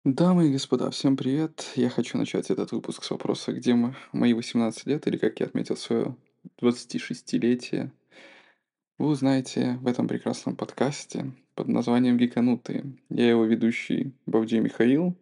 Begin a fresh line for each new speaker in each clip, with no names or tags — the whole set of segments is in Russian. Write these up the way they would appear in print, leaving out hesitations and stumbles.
Дамы и господа, всем привет! Я хочу начать этот выпуск с вопроса, где мои 18 лет, или как я отметил свое 26-летие. Вы узнаете в этом прекрасном подкасте под названием «Гиканутые». Я его ведущий Бавдей Михаил.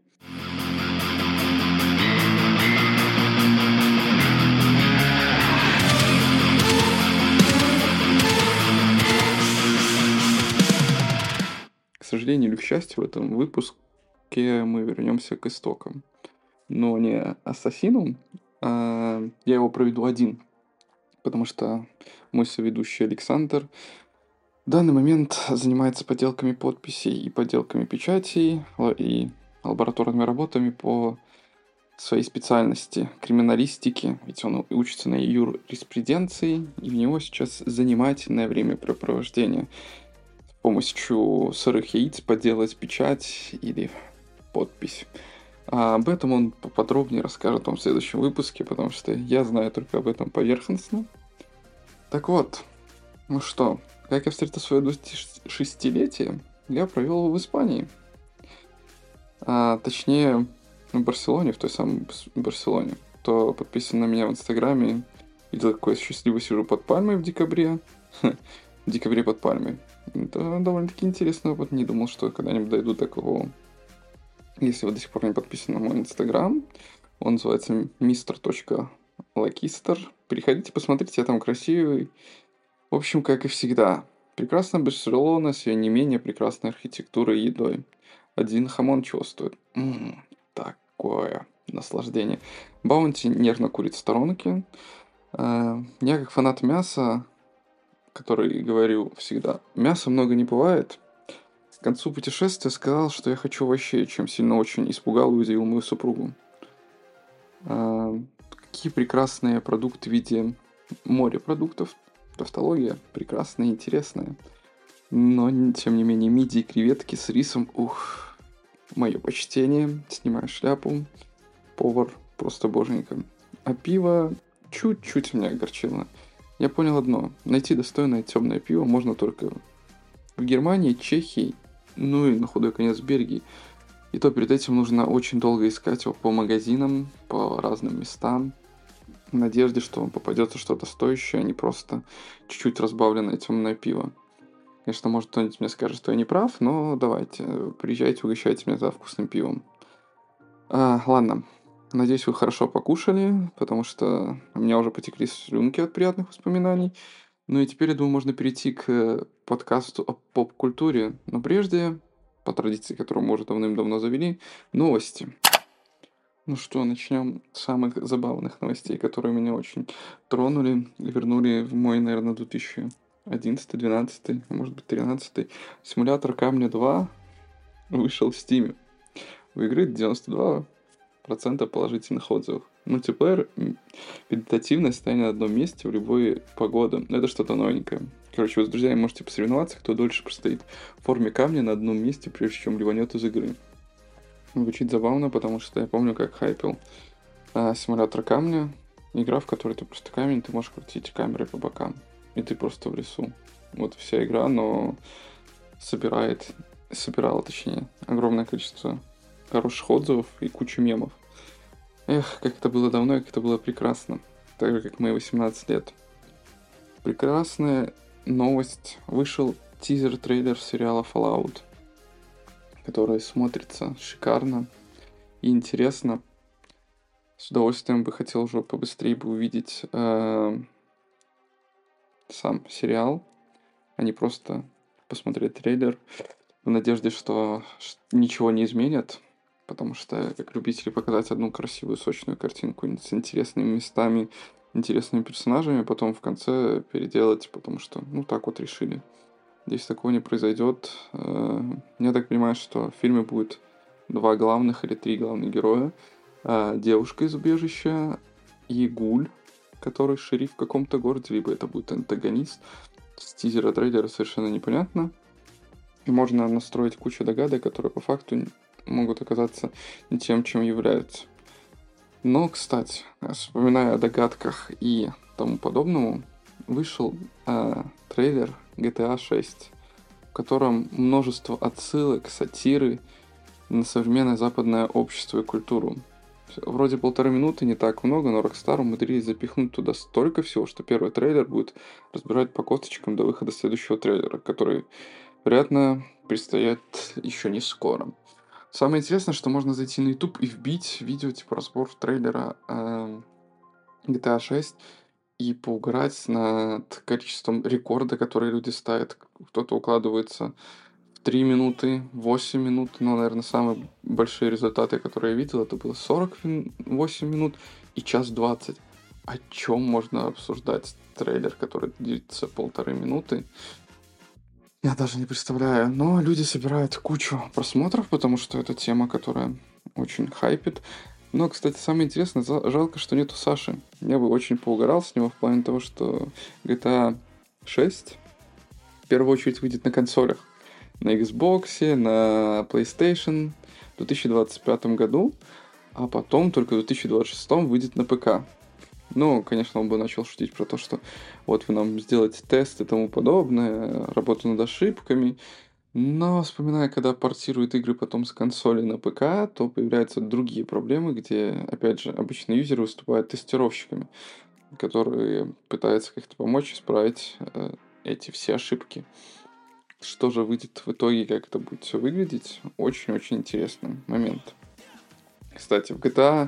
К сожалению или к счастью, в этом выпуске мы вернемся к истокам. Но не ассасину, а я его проведу один, потому что мой соведущий Александр в данный момент занимается подделками подписей и подделками печатей и лабораторными работами по своей специальности криминалистики, ведь он учится на юриспруденции, и у него сейчас занимательное времяпрепровождение с помощью сырых яиц подделать печать или подпись. А об этом он поподробнее расскажет вам в следующем выпуске, потому что я знаю только об этом поверхностно. Так вот, ну что, как я встретил свое 26-летие, я провел его в Испании. Точнее, в Барселоне, в той самой Барселоне. Кто подписан на меня в Инстаграме, видел, какой я счастливо сижу под пальмой в декабре. В декабре под пальмой. Это довольно-таки интересный опыт. Не думал, что когда-нибудь дойду до такого. Если вы до сих пор не подписаны на мой Инстаграм, он называется mr.lakister. Переходите, посмотрите, я там красивый. В общем, как и всегда. Прекрасная Барселона с ее не менее прекрасной архитектурой и едой. Один хамон чего стоит? Такое наслаждение. Баунти нервно курит в сторонке. Я как фанат мяса, который говорю всегда, мяса много не бывает. К концу путешествия сказал, что я хочу овощей, чем сильно очень испугал и удивил мою супругу. Какие прекрасные продукты в виде морепродуктов. Тавтология прекрасная и интересная. Но, тем не менее, мидии и креветки с рисом, мое почтение. Снимаю шляпу. Повар просто боженька. А пиво чуть-чуть меня огорчило. Я понял одно. Найти достойное темное пиво можно только в Германии, Чехии, ну и на худой конец Бельгии. И то перед этим нужно очень долго искать его по магазинам, по разным местам, в надежде, что вам попадется что-то стоящее, а не просто чуть-чуть разбавленное темное пиво. Конечно, может кто-нибудь мне скажет, что я не прав, но давайте, приезжайте, угощайте меня за вкусным пивом. Ладно, надеюсь, вы хорошо покушали, потому что у меня уже потекли слюнки от приятных воспоминаний. Ну и теперь, я думаю, можно перейти к подкасту о поп-культуре. Но прежде, по традиции, которую мы уже давным-давно завели, новости. Ну что, начнем с самых забавных новостей, которые меня очень тронули и вернули в мой, наверное, 2011-12, а может быть 13. Симулятор Камня 2 вышел в Steam. У игры 92% положительных отзывов. Мультиплеер, медитативное стояние на одном месте в любой погоду. Это что-то новенькое. Короче, вы с друзьями можете посоревноваться, кто дольше простоит в форме камня на одном месте, прежде чем ливанет из игры. Звучит забавно, потому что я помню, как хайпил симулятор камня. Игра, в которой ты просто камень, ты можешь крутить камерой по бокам. И ты просто в лесу. Вот вся игра, но собирала, точнее, огромное количество хороших отзывов и кучу мемов. Эх, как это было давно, и как это было прекрасно. Так же, как мои 18 лет. Прекрасная новость. Вышел тизер-трейлер сериала Fallout, который смотрится шикарно и интересно. С удовольствием бы хотел уже побыстрее бы увидеть сам сериал, а не просто посмотреть трейлер в надежде, что ничего не изменят. Потому что, как любители показать одну красивую, сочную картинку с интересными местами, интересными персонажами, а потом в конце переделать, потому что, так вот решили. Здесь такого не произойдет. Я так понимаю, что в фильме будет 2 главных или 3 главных героя. Девушка из убежища и Гуль, который шериф в каком-то городе, либо это будет антагонист. С тизера трейлера совершенно непонятно. И можно настроить кучу догадок, которые по факту могут оказаться не тем, чем являются. Но, кстати, вспоминая о догадках и тому подобному, вышел трейлер GTA 6, в котором множество отсылок, сатиры на современное западное общество и культуру. Вроде 1,5 минуты, не так много, но Rockstar умудрились запихнуть туда столько всего, что первый трейлер будет разбирать по косточкам до выхода следующего трейлера, который, вероятно, предстоит еще не скоро. Самое интересное, что можно зайти на YouTube и вбить видео типа разбор трейлера GTA 6 и поугарать над количеством рекорда, которые люди ставят. Кто-то укладывается в 3 минуты, 8 минут, но, наверное, самые большие результаты, которые я видел, это было 48 минут и 1:20. О чем можно обсуждать трейлер, который длится 1,5 минуты? Я даже не представляю. Но люди собирают кучу просмотров, потому что это тема, которая очень хайпит. Но, кстати, самое интересное, жалко, что нету Саши. Я бы очень поугарал с него в плане того, что GTA 6 в первую очередь выйдет на консолях. На Xbox, на PlayStation в 2025 году, а потом только в 2026 выйдет на ПК. Ну, конечно, он бы начал шутить про то, что вот вы нам сделаете тест и тому подобное, работу над ошибками. Но вспоминая, когда портируют игры потом с консоли на ПК, то появляются другие проблемы, где, опять же, обычные юзеры выступают тестировщиками, которые пытаются как-то помочь исправить эти все ошибки. Что же выйдет в итоге, как это будет все выглядеть, очень-очень интересный момент. Кстати, в GTA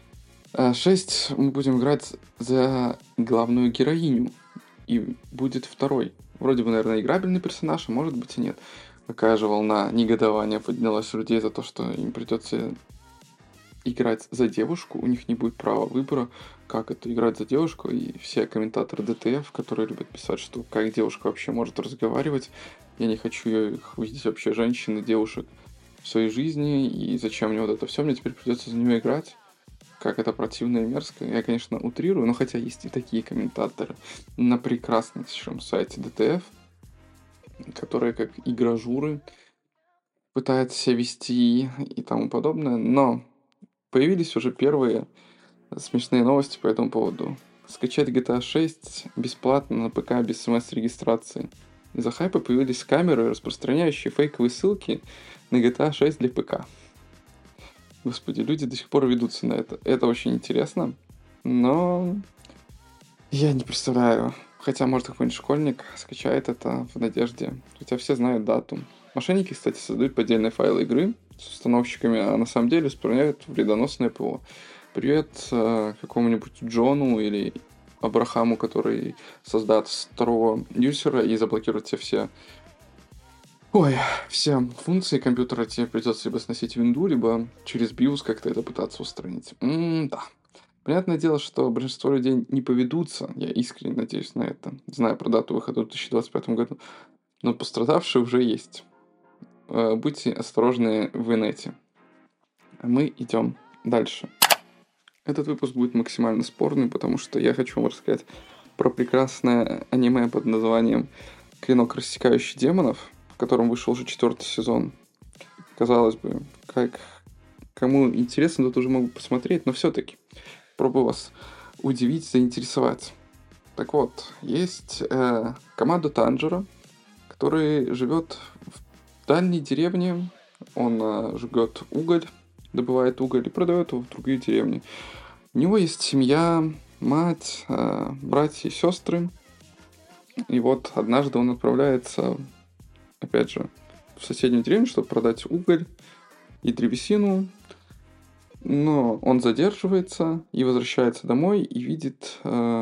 6 мы будем играть за главную героиню. И будет второй. Вроде бы, наверное, играбельный персонаж, а может быть и нет. Какая же волна негодования поднялась у людей за то, что им придется играть за девушку, у них не будет права выбора, как это играть за девушку, и все комментаторы ДТФ, которые любят писать, что как девушка вообще может разговаривать, я не хочу их видеть вообще женщин и девушек в своей жизни, и зачем мне вот это все, мне теперь придется за нее играть. Как это противно и мерзко. Я, конечно, утрирую, но хотя есть и такие комментаторы на прекраснейшем сайте ДТФ, которые как игражуры пытаются себя вести и тому подобное, но появились уже первые смешные новости по этому поводу. Скачать GTA 6 бесплатно на ПК без смс-регистрации. Из-за хайпа появились камеры, распространяющие фейковые ссылки на GTA 6 для ПК. Господи, люди до сих пор ведутся на это. Это очень интересно, но я не представляю. Хотя, может, какой-нибудь школьник скачает это в надежде. Хотя все знают дату. Мошенники, кстати, создают поддельные файлы игры с установщиками, а на самом деле исполняют вредоносное ПО. Привет какому-нибудь Джону или Абрахаму, который создаст второго юзера и заблокирует все все функции компьютера тебе придется либо сносить винду, либо через BIOS как-то это пытаться устранить. Да. Понятное дело, что большинство людей не поведутся, я искренне надеюсь на это, зная про дату выхода в 2025 году, но пострадавшие уже есть. Будьте осторожны в инете. А мы идем дальше. Этот выпуск будет максимально спорный, потому что я хочу вам рассказать про прекрасное аниме под названием «Клинок, рассекающий демонов», в котором вышел уже 4-й сезон. Казалось бы, как кому интересно, тот уже могут посмотреть, но все-таки пробую вас удивить, заинтересовать. Так вот, есть команда Танжера, который живет в дальней деревне. Он жгет уголь, добывает уголь и продает его в другие деревни. У него есть семья, мать, братья и сестры. И вот однажды он отправляется, опять же, в соседнюю деревню, чтобы продать уголь и древесину. Но он задерживается и возвращается домой и видит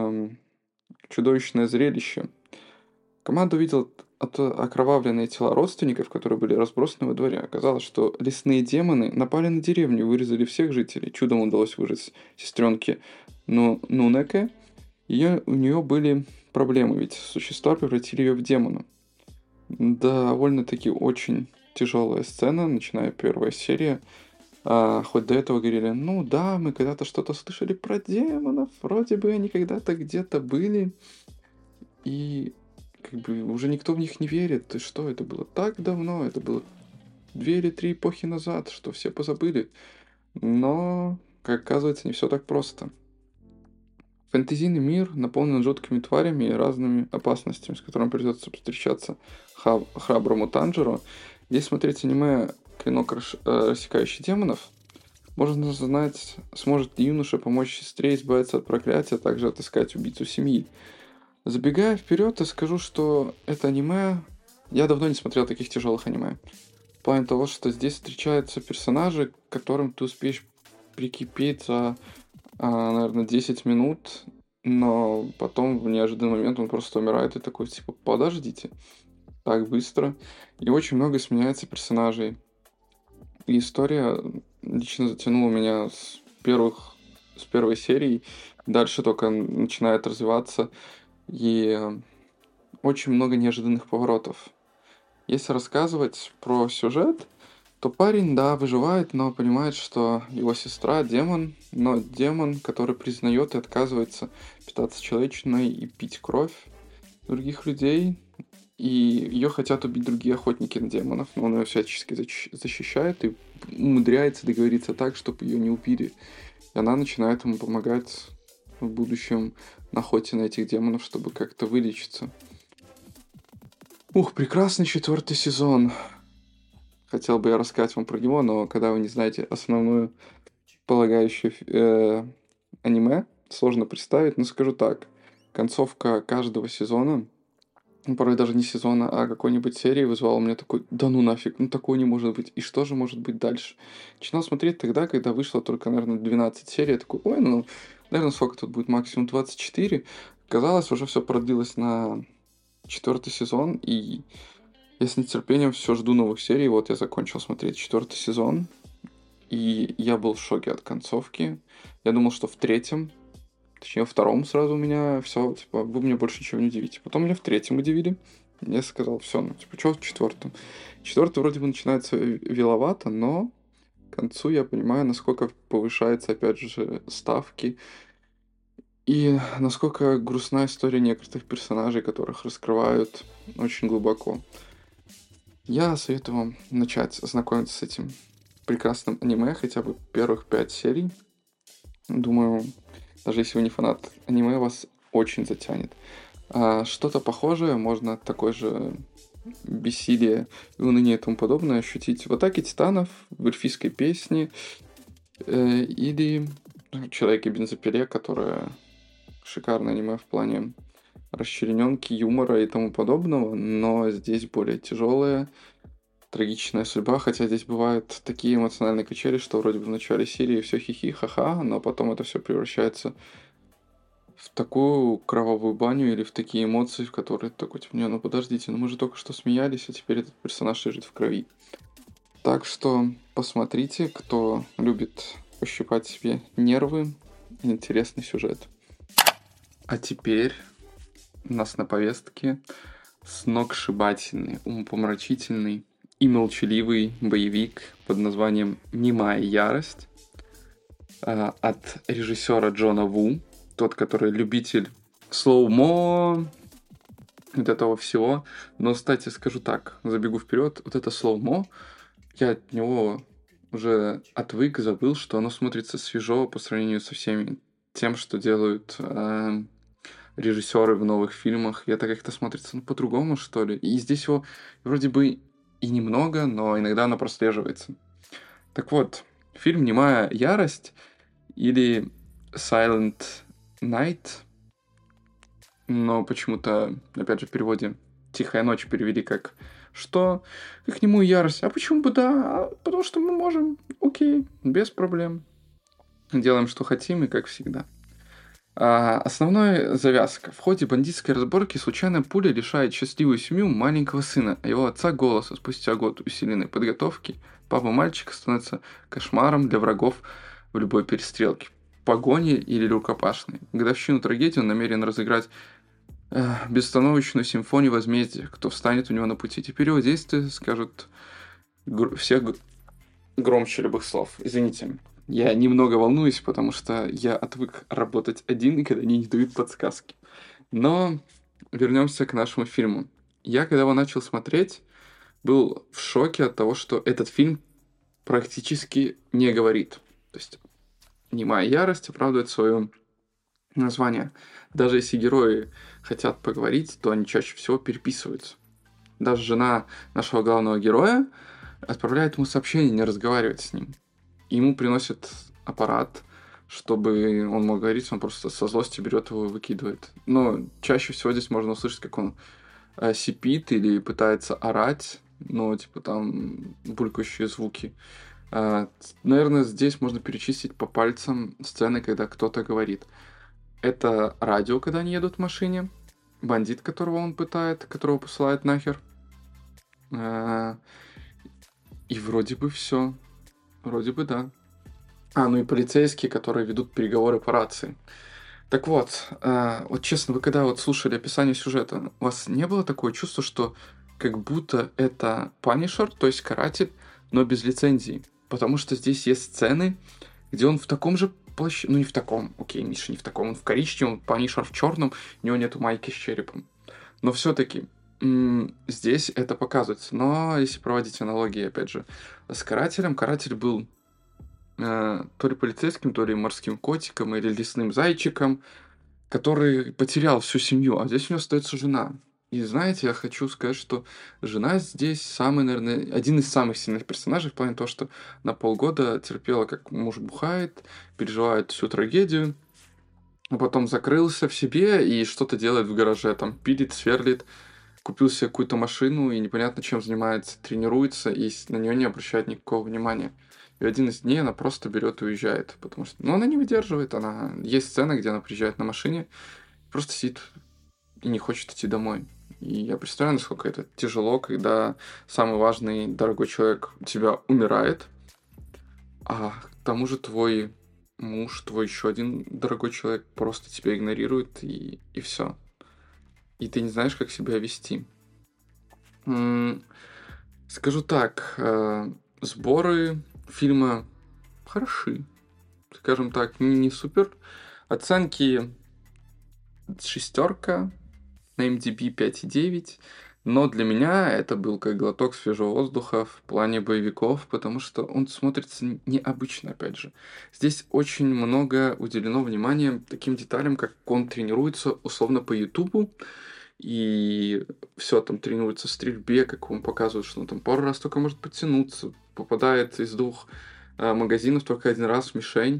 чудовищное зрелище. Команда увидела окровавленные тела родственников, которые были разбросаны во дворе. Оказалось, что лесные демоны напали на деревню, вырезали всех жителей. Чудом удалось выжить сестренке Нунеке. У нее были проблемы, ведь существа превратили ее в демона. Довольно-таки очень тяжелая сцена, начиная первая серия. Хоть до этого говорили, ну да, мы когда-то что-то слышали про демонов, вроде бы они когда-то где-то были, и как бы уже никто в них не верит. И что, это было так давно, это было 2 или 3 эпохи назад, что все позабыли. Но, как оказывается, не все так просто. Фэнтезийный мир наполнен жуткими тварями и разными опасностями, с которыми придется встречаться храброму Танжеру. Здесь смотреть аниме клинок, рассекающий демонов, можно знать, сможет ли юноша помочь сестре избавиться от проклятия, а также отыскать убийцу семьи. Забегая вперед, я скажу, что это аниме... Я давно не смотрел таких тяжелых аниме. В плане того, что здесь встречаются персонажи, к которым ты успеешь прикипеть за, наверное, 10 минут, но потом в неожиданный момент он просто умирает и такой, типа, подождите, так быстро. И очень много сменяется персонажей. И история лично затянула меня с первой серии. Дальше только начинает развиваться. И очень много неожиданных поворотов. Если рассказывать про сюжет, то парень, да, выживает, но понимает, что его сестра демон, но демон, который признает и отказывается питаться человечиной и пить кровь других людей. И ее хотят убить другие охотники на демонов, но он ее всячески защищает и умудряется договориться так, чтобы ее не убили. И она начинает ему помогать в будущем на охоте на этих демонов, чтобы как-то вылечиться. Прекрасный 4-й сезон. Хотел бы я рассказать вам про него, но когда вы не знаете основную полагающую аниме, сложно представить. Но скажу так, концовка каждого сезона, порой даже не сезона, а какой-нибудь серии вызвала у меня такой, да ну нафиг, такого не может быть. И что же может быть дальше? Начинал смотреть тогда, когда вышло только, наверное, 12 серий. Я такой, наверное, сколько тут будет, максимум 24. Казалось, уже все продлилось на 4-й сезон, и я с нетерпением все жду новых серий. Вот я закончил смотреть 4-й сезон, и я был в шоке от концовки. Я думал, что в 3-м, точнее, во 2-м сразу у меня все, типа, вы меня больше ничего не удивите. Потом меня в 3-м удивили. Я сказал, все, что в 4-м? 4-й вроде бы начинается виловато, но к концу я понимаю, насколько повышаются, опять же, ставки. И насколько грустная история некоторых персонажей, которых раскрывают очень глубоко. Я советую вам начать знакомиться с этим прекрасным аниме, хотя бы первых 5 серий. Думаю, даже если вы не фанат аниме, вас очень затянет. Что-то похожее, можно такое же бессилие и уныние и тому подобное ощутить в «Атаке титанов», в «Эльфийской песне» или в «Человеке-бензопиле», которая шикарное аниме в плане расчлененки, юмора и тому подобного, но здесь более тяжелая, трагичная судьба, хотя здесь бывают такие эмоциональные качели, что вроде бы в начале серии все хихи, ха-ха, но потом это все превращается в такую кровавую баню или в такие эмоции, в которые ты такой, типа, подождите, мы же только что смеялись, а теперь этот персонаж лежит в крови. Так что посмотрите, кто любит пощипать себе нервы, интересный сюжет. А теперь у нас на повестке сногсшибательный, умопомрачительный и молчаливый боевик под названием «Немая ярость» от режиссера Джона Ву, тот, который любитель слоумо, вот этого всего. Но, кстати, скажу так, забегу вперед, вот это слоумо, я от него уже отвык, забыл, что оно смотрится свежо по сравнению со всеми тем, что делают режиссеры в новых фильмах, и это как-то смотрится по-другому, что ли. И здесь его вроде бы и немного, но иногда оно прослеживается. Так вот, фильм «Немая ярость» или «Silent Night», но почему-то, опять же, в переводе «Тихая ночь» перевели как «Что? Как немую ярость? А почему бы да? Потому что мы можем. Окей, без проблем. Делаем, что хотим, и как всегда». Основная завязка. В ходе бандитской разборки случайная пуля лишает счастливую семью маленького сына, а его отца голоса. Спустя год усиленной подготовки папа мальчика становится кошмаром для врагов в любой перестрелке, погоне или рукопашной. В годовщину трагедии он намерен разыграть безостановочную симфонию возмездия. Кто встанет у него на пути. Теперь его действия скажут всех громче любых слов. Извините. Я немного волнуюсь, потому что я отвык работать один, и когда они не дают подсказки. Но вернемся к нашему фильму. Я, когда его начал смотреть, был в шоке от того, что этот фильм практически не говорит. То есть «Немая ярость» оправдывает свое название. Даже если герои хотят поговорить, то они чаще всего переписываются. Даже жена нашего главного героя отправляет ему сообщение, не разговаривать с ним. И ему приносят аппарат, чтобы он мог говорить, он просто со злости берет его и выкидывает. Но чаще всего здесь можно услышать, как он сипит или пытается орать, но типа там булькающие звуки. Наверное, здесь можно перечислить по пальцам сцены, когда кто-то говорит. Это радио, когда они едут в машине, бандит, которого он пытает, которого посылает нахер. А, И вроде бы все. Вроде бы да. Ну и полицейские, которые ведут переговоры по рации. Так вот, вот честно, вы когда вот слушали описание сюжета, у вас не было такое чувство, что как будто это Punisher, то есть каратель, но без лицензии? Потому что здесь есть сцены, где он в таком же плаще, ну не в таком, окей, Миша, не в таком, он в коричневом, Punisher в черном, у него нету майки с черепом. Но все-таки здесь это показывается. Но если проводить аналогии, опять же, с карателем, каратель был то ли полицейским, то ли морским котиком или лесным зайчиком, который потерял всю семью, а здесь у него остается жена. И знаете, я хочу сказать, что жена здесь самый, наверное, один из самых сильных персонажей в плане того, что на полгода терпела, как муж бухает, переживает всю трагедию, а потом закрылся в себе и что-то делает в гараже, там пилит, сверлит, купил себе какую-то машину и непонятно чем занимается, тренируется и на нее не обращает никакого внимания. И в один из дней она просто берет и уезжает, потому что... Ну, она не выдерживает, она... Есть сцена, где она приезжает на машине, просто сидит и не хочет идти домой. И я представляю, насколько это тяжело, когда самый важный, дорогой человек у тебя умирает, а к тому же твой муж, твой еще один дорогой человек просто тебя игнорирует, и все. И ты не знаешь, как себя вести. Скажу так, сборы фильма хороши, скажем так, не супер. Оценки шестерка, на MDB 5,9. Но для меня это был как глоток свежего воздуха в плане боевиков, потому что он смотрится необычно, опять же. Здесь очень много уделено внимания таким деталям, как он тренируется условно по Ютубу, и все там тренируется в стрельбе, как он показывает, что он там пару раз только может подтянуться, попадает из двух магазинов только один раз в мишень,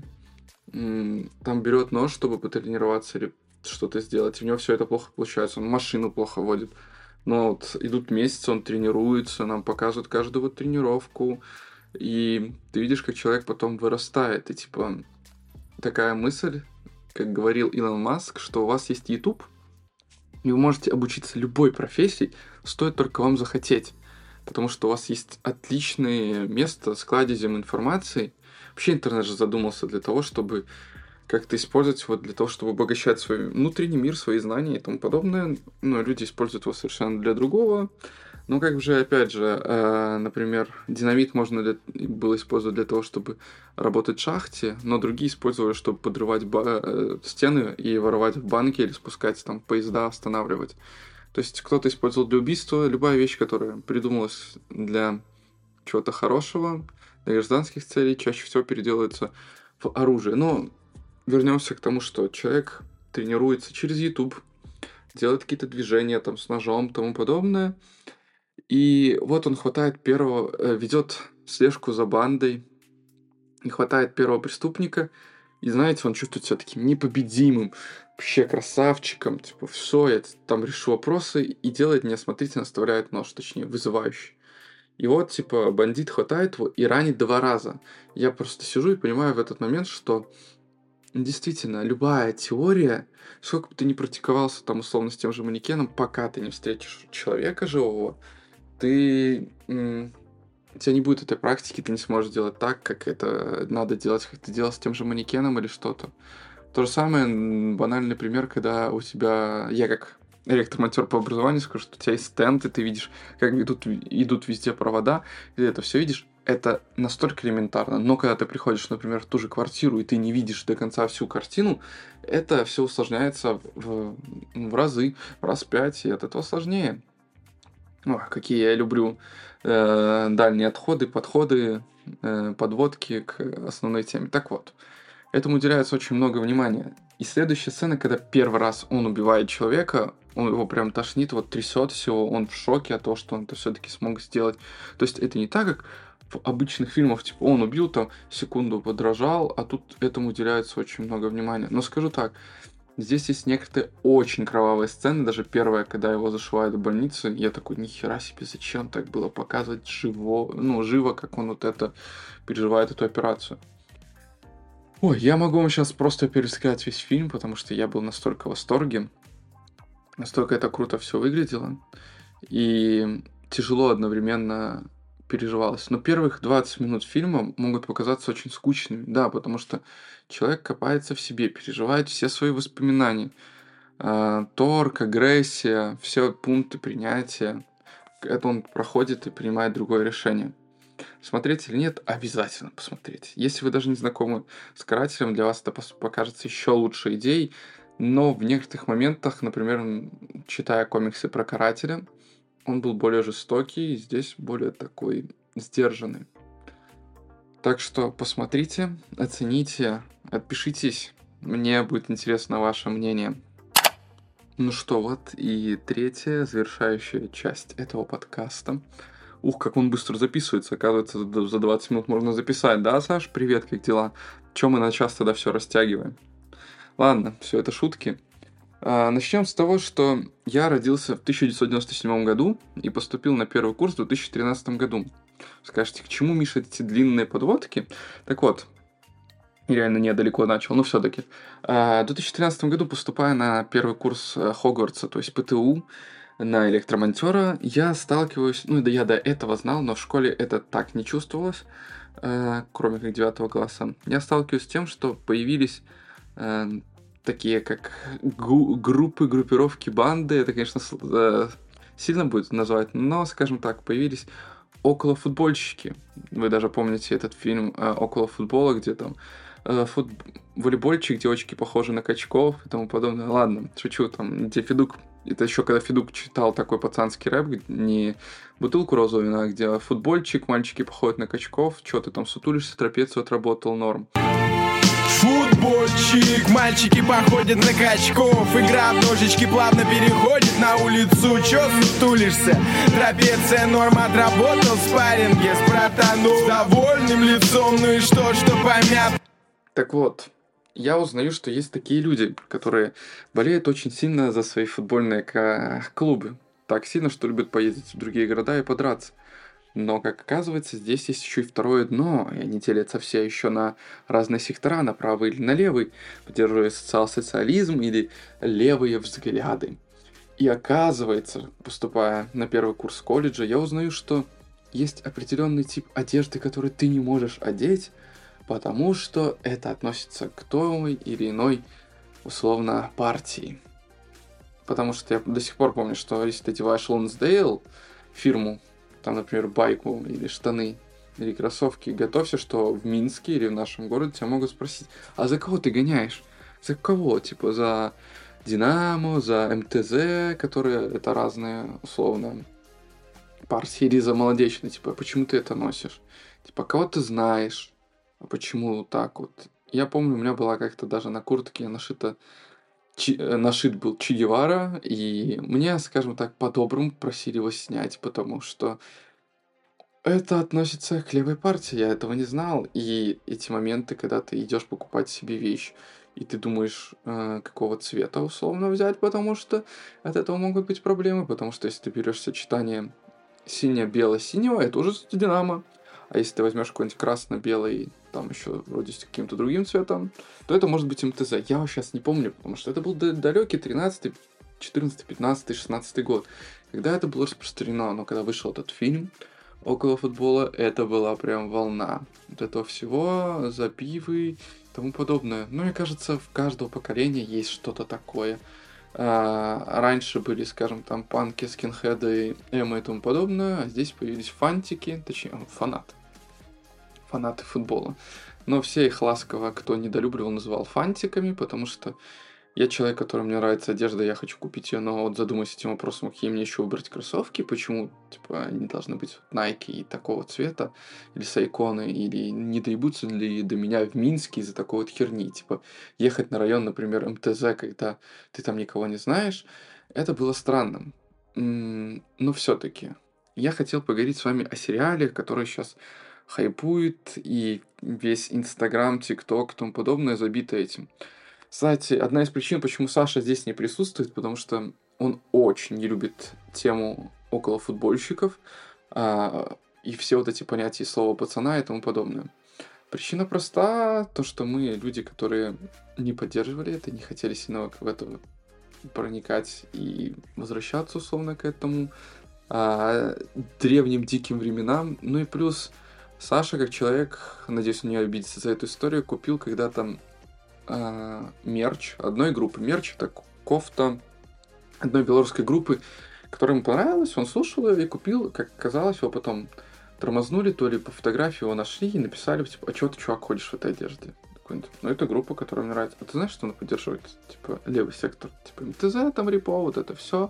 там берет нож, чтобы потренироваться или что-то сделать, и у него все это плохо получается, он машину плохо водит. Но вот идут месяцы, он тренируется, нам показывают каждую вот тренировку, и ты видишь, как человек потом вырастает, и типа такая мысль, как говорил Илон Маск, что у вас есть YouTube, и вы можете обучиться любой профессии, стоит только вам захотеть. Потому что у вас есть отличное место с кладезем информации. Вообще интернет же задумался для того, чтобы как-то использовать его для того, чтобы обогащать свой внутренний мир, свои знания и тому подобное. Но люди используют его совершенно для другого. Ну, как же, опять же, например, динамит можно было использовать для того, чтобы работать в шахте, но другие использовали, чтобы подрывать стены и воровать в банки или спускать там поезда, останавливать. То есть кто-то использовал для убийства, любая вещь, которая придумалась для чего-то хорошего, для гражданских целей, чаще всего переделывается в оружие. Но вернемся к тому, что человек тренируется через YouTube, делает какие-то движения там с ножом и тому подобное. И вот он хватает ведет слежку за бандой, и хватает первого преступника, и знаете, он чувствует себя таким непобедимым, вообще красавчиком, типа, все, я там решу вопросы, и делает неосмотрительно, оставляет нож, точнее, вызывающий. И вот, типа, бандит хватает его и ранит 2 раза. Я просто сижу и понимаю в этот момент, что действительно, любая теория, сколько бы ты ни практиковался там условно с тем же манекеном, пока ты не встретишь человека живого, у тебя не будет этой практики, ты не сможешь делать так, как это надо делать, как ты делал с тем же манекеном или что-то. То же самое, банальный пример, когда у тебя, я как электромонтер по образованию скажу, что у тебя есть стенд, и ты видишь, как идут везде провода, и ты это все видишь, это настолько элементарно. Но когда ты приходишь, например, в ту же квартиру, и ты не видишь до конца всю картину, это все усложняется в разы, в раз 5, и от этого сложнее. Какие я люблю дальние отходы, подходы, подводки к основной теме. Так вот, этому уделяется очень много внимания. И следующая сцена, когда первый раз он убивает человека, Он его прям тошнит, вот трясет всего, он в шоке от того, что он это все-таки смог сделать. То есть это не так, как в обычных фильмах, типа он убил, там секунду подражал, а тут этому уделяется очень много внимания. Но скажу так, здесь есть некоторые очень кровавые сцены, даже первая, когда его зашивают в больницу, я такой, нихера себе, зачем так было показывать живо, как он вот это переживает эту операцию. Ой, я могу вам сейчас просто пересказать весь фильм, потому что я был настолько в восторге, настолько это круто все выглядело, и тяжело одновременно переживалось. Но первых 20 минут фильма могут показаться очень скучными, да, потому что человек копается в себе, переживает все свои воспоминания. Торг, агрессия, все пункты принятия. Это он проходит и принимает другое решение. Смотреть или нет, обязательно посмотреть. Если вы даже не знакомы с карателем, для вас это покажется еще лучшей идеей. Но в некоторых моментах, например, читая комиксы про карателя, он был более жестокий, и здесь более такой сдержанный. Так что посмотрите, оцените, отпишитесь. Мне будет интересно ваше мнение. Ну что, вот и третья, завершающая часть этого подкаста. Ух, как он быстро записывается. Оказывается, за 20 минут можно записать. Да, Саш, привет, как дела? Чем мы на час тогда все растягиваем? Ладно, все это шутки. Начнем с того, что я родился в 1997 году и поступил на первый курс в 2013 году. Скажете, к чему, Миша, эти длинные подводки? Так вот, реально недалеко начал, но все-таки. В 2013 году, поступая на первый курс Хогвартса, то есть ПТУ, на электромонтера, я сталкиваюсь, ну да я до этого знал, но в школе это так не чувствовалось, кроме как 9 класса. Я сталкиваюсь с тем, что появились такие как группы, группировки, банды, это, конечно, сильно будет назвать, но, скажем так, появились околофутбольщики. Вы даже помните этот фильм «Около футбола», где там волейбольчик, девочки похожи на качков и тому подобное. Ладно, шучу, там, где Федук, это еще когда Федук читал такой пацанский рэп, не бутылку розового вина, где футбольчик, мальчики походят на качков, что ты там сутулишься, трапецию отработал, норм.
Футбольчик, мальчики походят на качков. Игра в ножички плавно переходит на улицу. Чё сутулишься? Трапеция, норм, отработал в спарринге с братаном с довольным лицом. Ну и что помят?
Так вот, я узнаю, что есть такие люди, которые болеют очень сильно за свои футбольные клубы. Так сильно, что любят поездить в другие города и подраться. Но, как оказывается, здесь есть еще и второе дно, и они делятся все еще на разные сектора, на правый или на левый, поддерживая социал-социализм или левые взгляды. И оказывается, поступая на первый курс колледжа, я узнаю, что есть определенный тип одежды, который ты не можешь одеть, потому что это относится к той или иной, условно, партии. Потому что я до сих пор помню, что если ты одеваешь Лонсдейл, фирму, там, например, байку или штаны, или кроссовки, готовься, что в Минске или в нашем городе тебя могут спросить, а за кого ты гоняешь? За кого? Типа за Динамо, за МТЗ, которые это разные, условно, партии, или за молодечные, типа, почему ты это носишь? Типа, кого ты знаешь? А почему так вот? Я помню, у меня была как-то даже на куртке нашит был Че Гевара, и мне, скажем так, по-доброму просили его снять, потому что это относится к левой партии, я этого не знал. И эти моменты, когда ты идешь покупать себе вещь, и ты думаешь, какого цвета условно взять, потому что от этого могут быть проблемы, потому что если ты берешь сочетание сине-бело-синего, это уже Динамо. А если ты возьмешь какой-нибудь красно-белый, там еще вроде с каким-то другим цветом, то это может быть МТЗ. Я его сейчас не помню, потому что это был далекий 13-й, 14-й, 15-й, 16-й год, когда это было распространено. Но когда вышел этот фильм около футбола, это была прям волна вот этого всего, запивы и тому подобное. Но мне кажется, в каждого поколения есть что-то такое. Раньше были, скажем, там панки, скинхеды, эмо и тому подобное, а здесь появились фантики, точнее, фанаты футбола. Но все их ласково, кто недолюбливал, называл фантиками, потому что Я человек, которому мне нравится одежда, я хочу купить ее, но вот задумаюсь этим вопросом, какие мне еще выбрать кроссовки, почему, типа, они должны быть Nike и такого цвета, или Сайконы, или не доебутся ли до меня в Минске из-за такой вот херни, типа, ехать на район, например, МТЗ, когда ты там никого не знаешь, это было странным. Но все-таки я хотел поговорить с вами о сериале, который сейчас хайпует, и весь Инстаграм, ТикТок и тому подобное забито этим. Кстати, одна из причин, почему Саша здесь не присутствует, потому что он очень не любит тему около футбольщиков и все вот эти понятия слова пацана и тому подобное. Причина проста, то, что мы люди, которые не поддерживали это, не хотели сильно в это проникать и возвращаться условно к этому древним диким временам. Ну и плюс Саша, как человек, надеюсь, он не обидится за эту историю, купил когда-то мерч одной группы. Мерч — это кофта одной белорусской группы, которая ему понравилась, он слушал ее и купил. Как оказалось, его потом тормознули, то ли по фотографии его нашли и написали, типа, а чего ты, чувак, ходишь в этой одежде? Такой, ну, это группа, которая мне нравится. А ты знаешь, что она поддерживает, типа, левый сектор? Типа, МТЗ, там, репо, вот это все.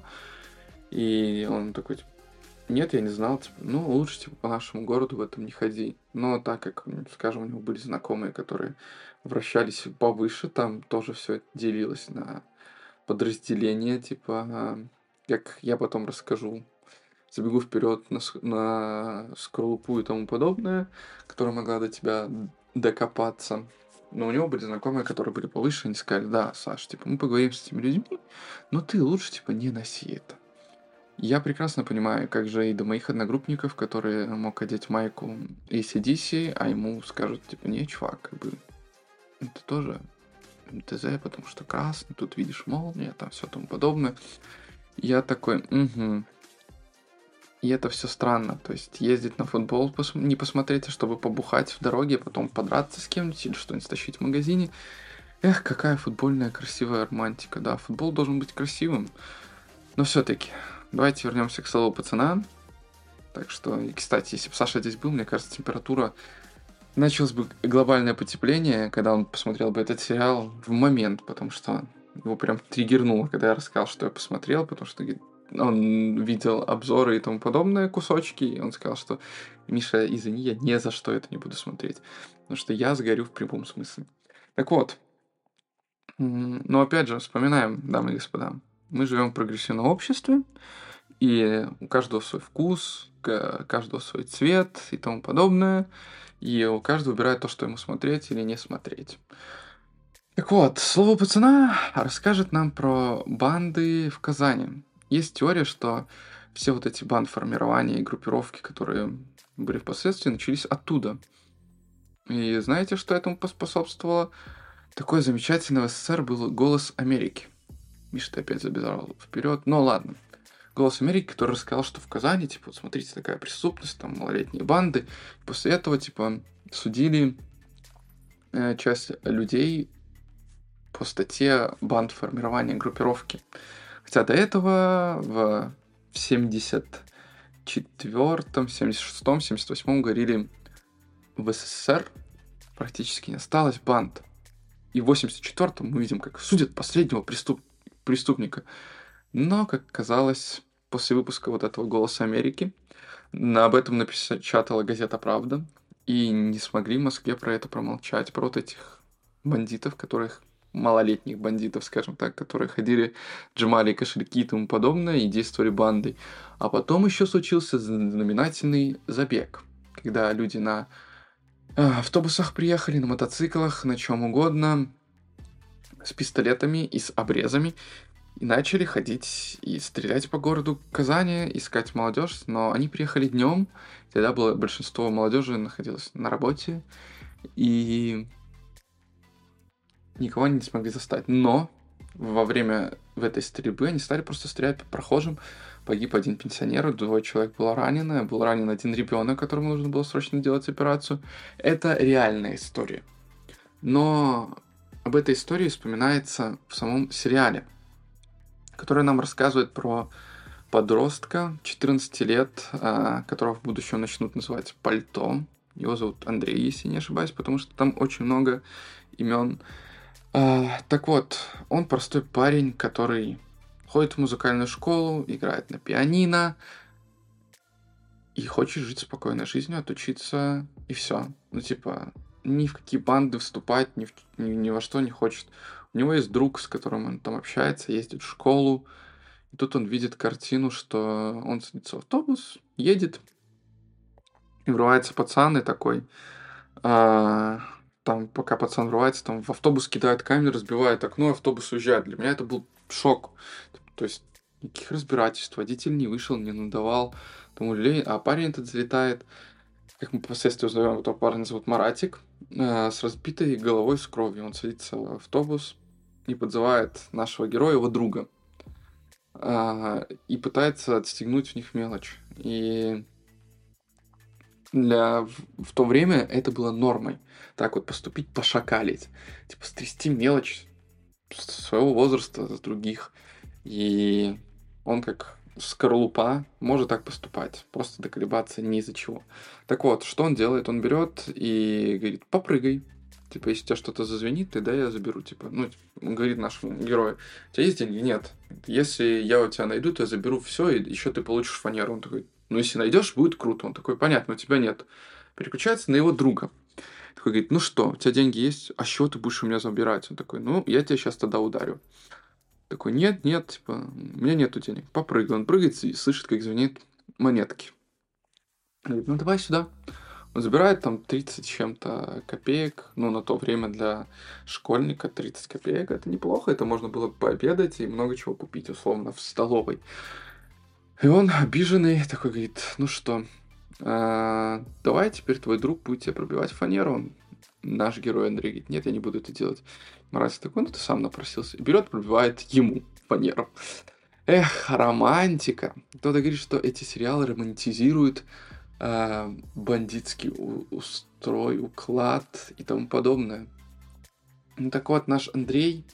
И он такой, типа, нет, я не знал, типа, ну, лучше, типа, по нашему городу в этом не ходи. Но так как, скажем, у него были знакомые, которые вращались повыше, там тоже все делилось на подразделения, типа, как я потом расскажу, забегу вперед на скорлупу и тому подобное, которая могла до тебя докопаться. Но у него были знакомые, которые были повыше, они сказали, да, Саш, типа, мы поговорим с этими людьми, но ты лучше, типа, не носи это. Я прекрасно понимаю, как же и до моих одногруппников, которые мог одеть майку AC/DC, а ему скажут, типа, не, чувак, как бы, это тоже МТЗ, потому что красный, тут видишь молния, там все тому подобное. Я такой, угу. И это все странно, то есть ездить на футбол не посмотреть, а чтобы побухать в дороге, потом подраться с кем-нибудь или что-нибудь стащить в магазине. Эх, какая футбольная красивая романтика, да, футбол должен быть красивым. Но все-таки, давайте вернемся к слову пацана. Так что, и, кстати, если бы Саша здесь был, мне кажется, температура... Началось бы глобальное потепление, когда он посмотрел бы этот сериал в момент, потому что его прям триггернуло, когда я рассказал, что я посмотрел, потому что он видел обзоры и тому подобное, кусочки, и он сказал, что Миша, извини, я ни за что это не буду смотреть, потому что я сгорю в прямом смысле. Так вот, но опять же, вспоминаем, дамы и господа, мы живем в прогрессивном обществе, и у каждого свой вкус, у каждого свой цвет и тому подобное, и у каждого выбирает то, что ему смотреть или не смотреть. Так вот, слово пацана расскажет нам про банды в Казани. Есть теория, что все вот эти бандформирования и группировки, которые были впоследствии, начались оттуда. И знаете, что этому поспособствовало? Такой замечательный в СССР был «Голос Америки». Миша, ты опять забежал вперед. Но ладно. «Голос Америки», который рассказал, что в Казани, типа, вот смотрите, такая преступность, там, малолетние банды. И после этого, типа, судили часть людей по статье «Банд формирования группировки». Хотя до этого в 74-м, 76-м, 78-м говорили, в СССР практически не осталось банд. И в 84-м мы видим, как судят последнего преступника. Но, как казалось, после выпуска вот этого «Голоса Америки» об этом напечатала газета «Правда», и не смогли в Москве про это промолчать, про вот этих бандитов, малолетних бандитов, скажем так, которые ходили, сжимали кошельки и тому подобное, и действовали бандой. А потом еще случился знаменательный забег, когда люди на автобусах приехали, на мотоциклах, на чем угодно, с пистолетами и с обрезами, и начали ходить и стрелять по городу Казани, искать молодежь, но они приехали днем, тогда было большинство молодежи находилось на работе, и никого они не смогли застать. Но во время этой стрельбы они стали просто стрелять по прохожим. Погиб один пенсионер, 2 человек было ранено, был ранен один ребенок, которому нужно было срочно делать операцию. Это реальная история. Но об этой истории вспоминается в самом сериале, который нам рассказывает про подростка 14 лет, которого в будущем начнут называть Пальто. Его зовут Андрей, если не ошибаюсь, потому что там очень много имен. Так вот, он простой парень, который ходит в музыкальную школу, играет на пианино и хочет жить спокойной жизнью, отучиться, и все. Ну, типа, ни в какие банды вступать, ни во что не хочет. У него есть друг, с которым он там общается, ездит в школу, и тут он видит картину, что он садится в автобус, едет, и врывается пацан и такой, а, там, пока пацан врывается, там в автобус кидает камень, разбивает окно, автобус уезжает. Для меня это был шок. То есть никаких разбирательств, водитель не вышел, не надавал, тому лень, а парень этот залетает, как мы впоследствии узнаем, этого парня зовут Маратик, с разбитой головой с кровью. Он садится в автобус и подзывает нашего героя, его друга, и пытается отстегнуть в них мелочь. И в то время это было нормой. Так вот поступить, пошакалить. Типа стрясти мелочь своего возраста с других. И он как скорлупа может так поступать. Просто доколебаться ни из-за чего. Так вот, что он делает? Он берет и говорит, попрыгай. Типа, если у тебя что-то зазвенит, ты дай я заберу. Типа, ну, он говорит нашему герою, у тебя есть деньги? Нет. Если я у тебя найду, то я заберу все, и еще ты получишь фанеру. Он такой, ну, если найдешь, будет круто. Он такой, понятно, у тебя нет. Переключается на его друга. Такой говорит, ну что, у тебя деньги есть? А с чего ты будешь у меня забирать? Он такой, ну, я тебя сейчас тогда ударю. Такой, нет, типа, у меня нету денег. Попрыгай. Он прыгает и слышит, как звенит монетки. Говорит, ну, давай сюда. Он забирает там 30 с чем-то копеек. Ну, на то время для школьника 30 копеек это неплохо. Это можно было пообедать и много чего купить, условно, в столовой. И он обиженный такой говорит, ну что, давай теперь твой друг будет тебе пробивать фанеру. Наш герой Андрей говорит, нет, я не буду это делать. Марат такой, ну ты сам напросился. И берет, пробивает ему фанеру. Эх, романтика. Кто-то говорит, что эти сериалы романтизируют бандитский устрой, уклад и тому подобное. Ну так вот, наш Андрей,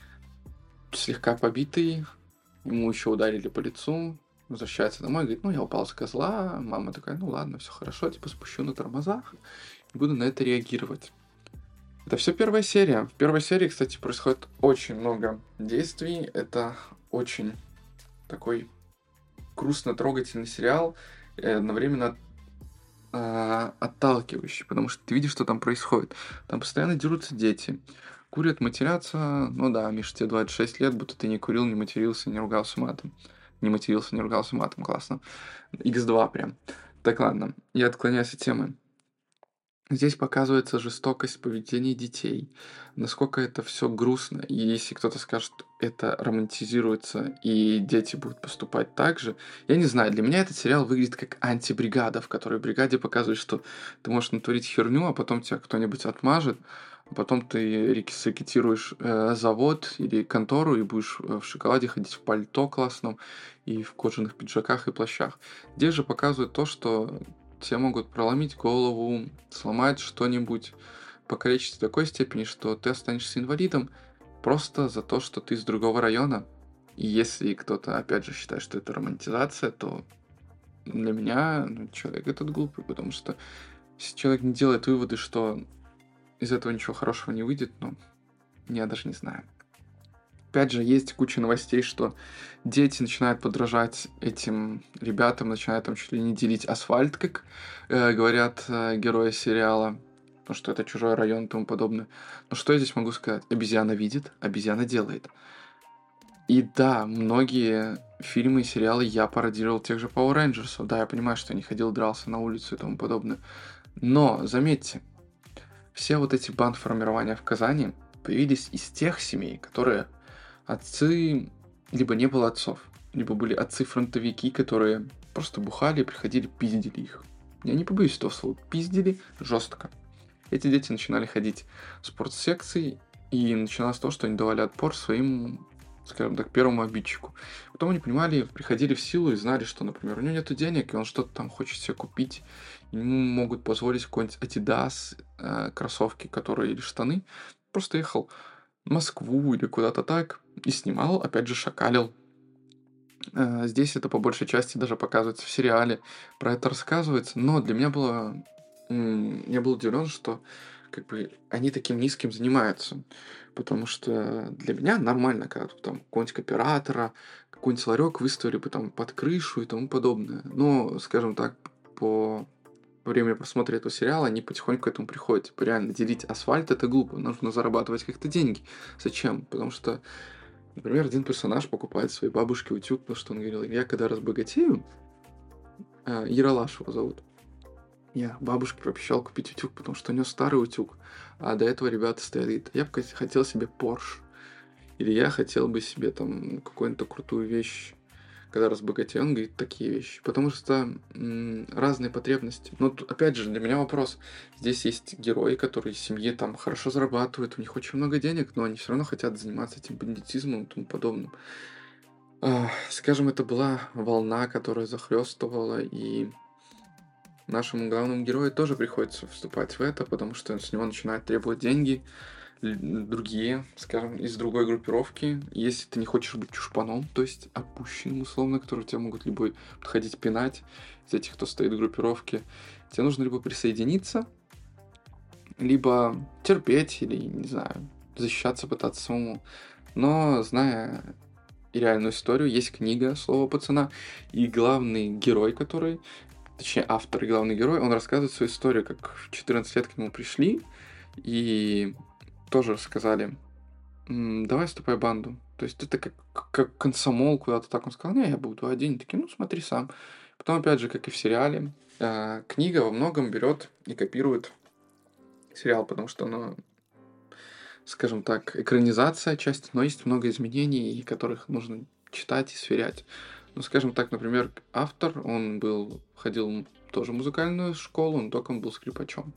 слегка побитый, ему еще ударили по лицу, возвращается домой, говорит, ну я упал с козла, мама такая, ну ладно, все хорошо, типа спущу на тормозах и буду на это реагировать. Это все первая серия. В первой серии, кстати, происходит очень много действий, это очень такой грустно-трогательный сериал, одновременно отталкивающий, потому что ты видишь, что там происходит. Там постоянно дерутся дети, курят, матерятся. Ну да, Миша, тебе 26 лет, будто ты не курил, не матерился, не ругался матом. Не матерился, не ругался матом, классно. X2 прям. Так, ладно, я отклоняюсь от темы. Здесь показывается жестокость поведения детей, насколько это все грустно. И если кто-то скажет, это романтизируется, и дети будут поступать так же, я не знаю, для меня этот сериал выглядит как антибригада, в которой бригаде показывают, что ты можешь натворить херню, а потом тебя кто-нибудь отмажет, а потом ты рекетируешь завод или контору и будешь в шоколаде ходить в пальто классном и в кожаных пиджаках и плащах. Здесь же показывают то, что тебе могут проломить голову, сломать что-нибудь, покалечить в такой степени, что ты останешься инвалидом просто за то, что ты из другого района. И если кто-то, опять же, считает, что это романтизация, то для меня человек этот глупый, потому что если человек не делает выводы, что из этого ничего хорошего не выйдет, я даже не знаю. Опять же, есть куча новостей, что дети начинают подражать этим ребятам, начинают там чуть ли не делить асфальт, как говорят герои сериала, потому что это чужой район и тому подобное. Но что я здесь могу сказать? Обезьяна видит, обезьяна делает. И да, многие фильмы и сериалы я пародировал тех же Power Rangers. Да, я понимаю, что я не ходил, дрался на улицу и тому подобное. Но, заметьте, все вот эти бандформирования в Казани появились из тех семей, которые отцы, либо не было отцов, либо были отцы-фронтовики, которые просто бухали, приходили, пиздили их. Я не побоюсь этого слова. Пиздили жестко. Эти дети начинали ходить в спортсекции, и начиналось с того, что они давали отпор своим, скажем так, первому обидчику. Потом они понимали, приходили в силу и знали, что, например, у него нет денег, и он что-то там хочет себе купить. Ему могут позволить какой-нибудь Adidas, кроссовки, которые или штаны. Просто ехал в Москву или куда-то так и снимал, опять же, шакалил. Здесь это по большей части даже показывается в сериале, про это рассказывается, но для меня было... Я был удивлен, что как бы они таким низким занимаются. Потому что для меня нормально, когда тут там какого-нибудь кооператора, какой-нибудь ларек выставили бы там под крышу и тому подобное. Но, скажем так, по время просмотра этого сериала они потихоньку к этому приходят. Типа, реально, делить асфальт — это глупо. Нужно зарабатывать как-то деньги. Зачем? Потому что, например, один персонаж покупает своей бабушке утюг, потому что он говорил: я когда разбогатею, Ералаш его зовут, я бабушке пообещал купить утюг, потому что у нее старый утюг. А до этого ребята стоят: я бы хотел себе Porsche. Или я хотел бы себе там какую-то крутую вещь. Когда разбогатею, он говорит такие вещи. Потому что разные потребности. Но тут, опять же, для меня вопрос. Здесь есть герои, которые в семье там хорошо зарабатывают, у них очень много денег, но они все равно хотят заниматься этим бандитизмом и тому подобным. Скажем, это была волна, которая захлестывала, и нашему главному герою тоже приходится вступать в это, потому что с него начинают требовать деньги другие, скажем, из другой группировки. Если ты не хочешь быть чушпаном, то есть опущенным, условно, который тебя могут либо подходить пинать из этих, кто стоит в группировке, тебе нужно либо присоединиться, либо терпеть, или, не знаю, защищаться, пытаться самому. Но, зная и реальную историю, есть книга «Слово пацана», и главный герой, который, точнее, автор и главный герой, он рассказывает свою историю, как в 14 лет к нему пришли, и тоже рассказали: давай вступай в банду. То есть это как комсомол куда-то так. Он сказал: не, я буду один. Такие: ну смотри сам. Потом, опять же, как и в сериале, книга во многом берет и копирует сериал, потому что она, скажем так, экранизация часть, но есть много изменений, которых нужно читать и сверять. Ну, скажем так, например, автор, он ходил тоже в музыкальную школу, но только он был скрипачом.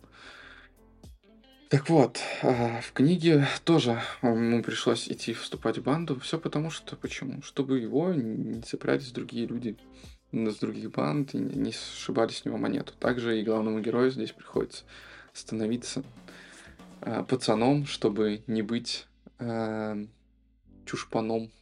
Так вот, в книге тоже ему пришлось идти вступать в банду. Все потому что... Почему? Чтобы его не цеплялись другие люди с других банд и не сшибали с него монету. Также и главному герою здесь приходится становиться пацаном, чтобы не быть чушпаном.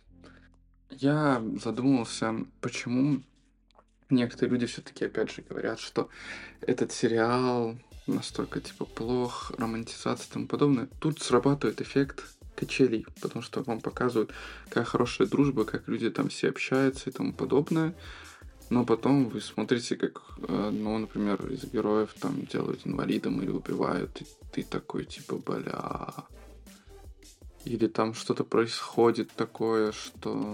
Я задумался, почему некоторые люди все-таки, опять же, говорят, что этот сериал настолько, типа, плох, романтизация и тому подобное. Тут срабатывает эффект качелей, потому что вам показывают, какая хорошая дружба, как люди там все общаются и тому подобное. Но потом вы смотрите, как, ну, например, из героев там делают инвалидом или убивают, и ты такой, типа, бля. Или там что-то происходит такое, что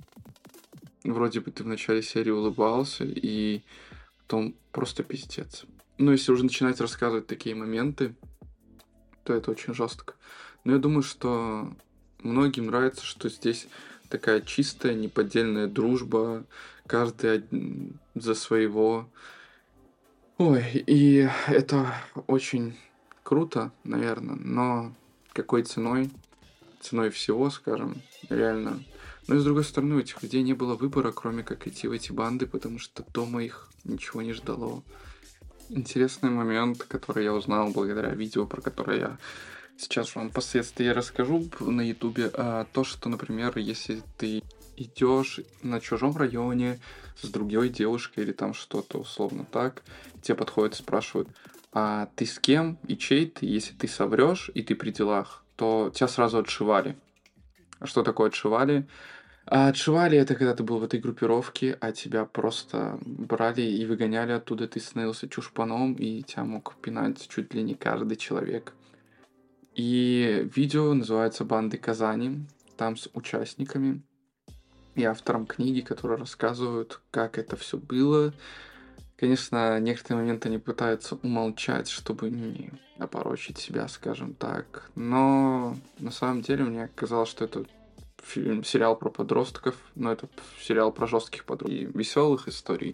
вроде бы ты в начале серии улыбался, и потом просто пиздец. Ну, если уже начинать рассказывать такие моменты, то это очень жестко. Но я думаю, что многим нравится, что здесь такая чистая, неподдельная дружба, каждый за своего. Ой, и это очень круто, наверное, но какой ценой? Ценой всего, скажем, реально. Но и с другой стороны, у этих людей не было выбора, кроме как идти в эти банды, потому что дома их ничего не ждало. Интересный момент, который я узнал благодаря видео, про которое я сейчас вам впоследствии расскажу на ютубе, то, что, например, если ты идешь на чужом районе с другой девушкой или там что-то условно так, тебе подходят и спрашивают: а ты с кем и чей ты? Если ты соврешь и ты при делах, то тебя сразу отшивали. А что такое отшивали? Отшивали — это когда ты был в этой группировке, а тебя просто брали и выгоняли оттуда, ты становился чушпаном, и тебя мог пинать чуть ли не каждый человек. И видео называется «Банды Казани», там с участниками и автором книги, которые рассказывают, как это все было. Конечно, некоторые моменты они пытаются умолчать, чтобы не опорочить себя, скажем так. Но на самом деле мне казалось, что это сериал про подростков, но это сериал про жестких подростков и веселых историй.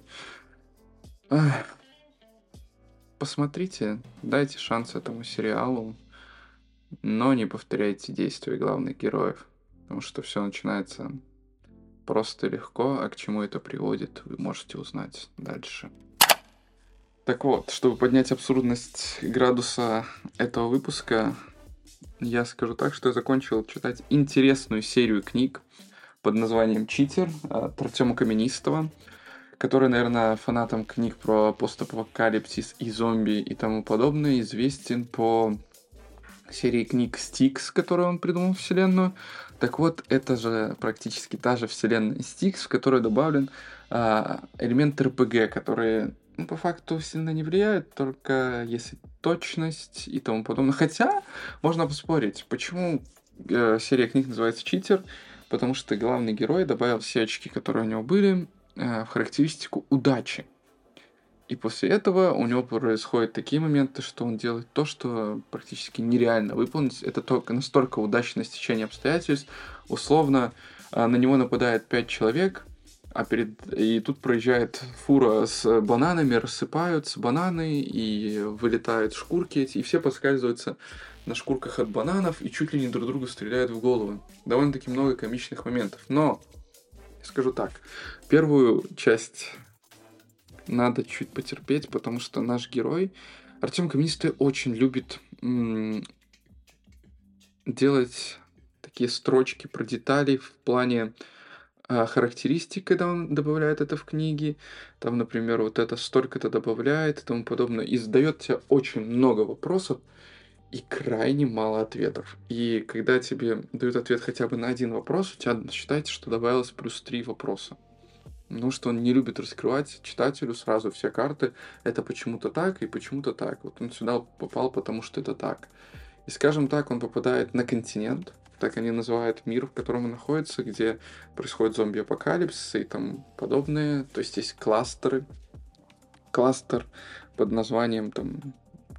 Посмотрите, дайте шанс этому сериалу, но не повторяйте действия главных героев, потому что все начинается просто и легко, а к чему это приводит, вы можете узнать дальше. Так вот, чтобы поднять абсурдность градуса этого выпуска, я скажу так, что я закончил читать интересную серию книг под названием «Читер» от Артема Каменистого, который, наверное, фанатам книг про постапокалипсис и зомби и тому подобное известен по серии книг Стикс, которую он придумал вселенную. Так вот, это же практически та же вселенная Стикс, в которой добавлен элемент РПГ, который по факту сильно не влияет, только если точность и тому подобное. Хотя, можно поспорить, почему серия книг называется «Читер», потому что главный герой добавил все очки, которые у него были, в характеристику удачи. И после этого у него происходят такие моменты, что он делает то, что практически нереально выполнить. Это только настолько удачное стечение обстоятельств. Условно, на него нападает 5 человек, и тут проезжает фура с бананами, рассыпаются бананы, и вылетают шкурки эти, и все поскальзываются на шкурках от бананов, и чуть ли не друг другу стреляют в головы. Довольно-таки много комичных моментов. Но, скажу так, первую часть надо чуть потерпеть, потому что наш герой, Артем Каменистый, очень любит делать такие строчки про детали в плане характеристик, когда он добавляет это в книги. Там, например, вот это столько-то добавляет и тому подобное. И задает тебе очень много вопросов и крайне мало ответов. И когда тебе дают ответ хотя бы на один вопрос, у тебя считайте, что добавилось плюс 3 вопроса. Ну, что он не любит раскрывать читателю сразу все карты. Это почему-то так и почему-то так. Вот он сюда попал, потому что это так. И, скажем так, он попадает на континент, так они называют мир, в котором он находится, где происходит зомби-апокалипсис и там подобное. То есть есть кластеры. Кластер под названием там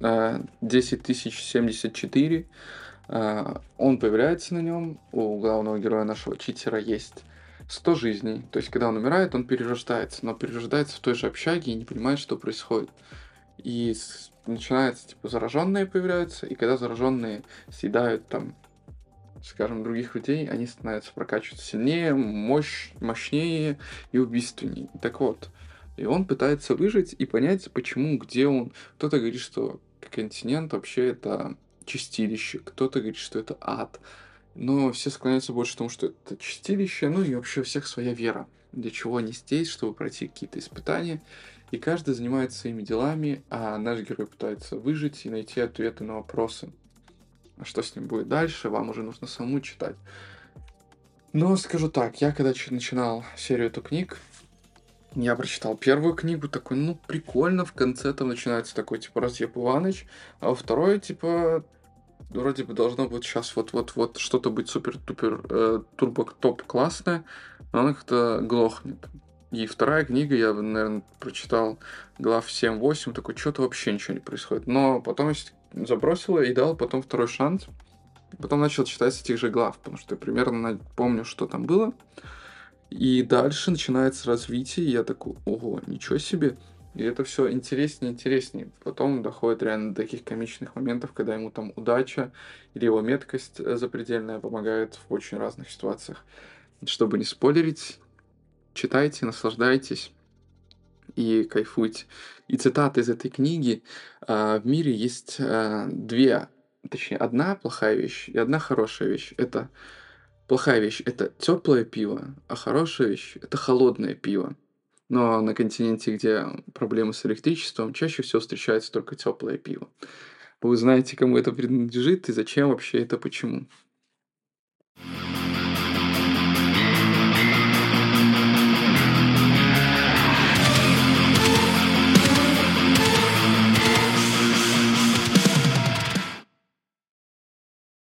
10074. Он появляется на нем. У главного героя нашего читера есть 100 жизней. То есть, когда он умирает, он перерождается. Но перерождается в той же общаге и не понимает, что происходит. И начинается, типа, зараженные появляются. И когда зараженные съедают там, скажем, других людей, они становятся прокачиваться сильнее, мощнее и убийственнее. Так вот, и он пытается выжить и понять, почему, где он. Кто-то говорит, что континент вообще это чистилище, кто-то говорит, что это ад. Но все склоняются больше к тому, что это чистилище, ну и вообще у всех своя вера. Для чего они здесь, чтобы пройти какие-то испытания. И каждый занимается своими делами, а наш герой пытается выжить и найти ответы на вопросы. А что с ним будет дальше, вам уже нужно самому читать. Но скажу так, я когда начинал серию эту книг, я прочитал первую книгу, такой, ну, прикольно, в конце там начинается такой, типа, Разъеб Иваныч, а во второй, типа, вроде бы должно быть сейчас вот что-то быть супер-тупер турбо-топ классное, но оно как-то глохнет. И вторая книга, я, наверное, прочитал глав 7-8, такой, что-то вообще ничего не происходит. Но потом я забросил и дал потом второй шанс. Потом начал читать с этих же глав, потому что я примерно помню, что там было. И дальше начинается развитие, и я такой, ого, ничего себе. И это все интереснее и интереснее. Потом доходит реально до таких комичных моментов, когда ему там удача или его меткость запредельная помогает в очень разных ситуациях. Чтобы не спойлерить, читайте, наслаждайтесь и кайфуйте. И цитаты из этой книги. В мире есть одна плохая вещь и одна хорошая вещь. Это плохая вещь — это теплое пиво, а хорошая вещь — это холодное пиво. Но на континенте, где проблемы с электричеством, чаще всего встречается только теплое пиво. Вы знаете, кому это принадлежит и зачем вообще это, почему.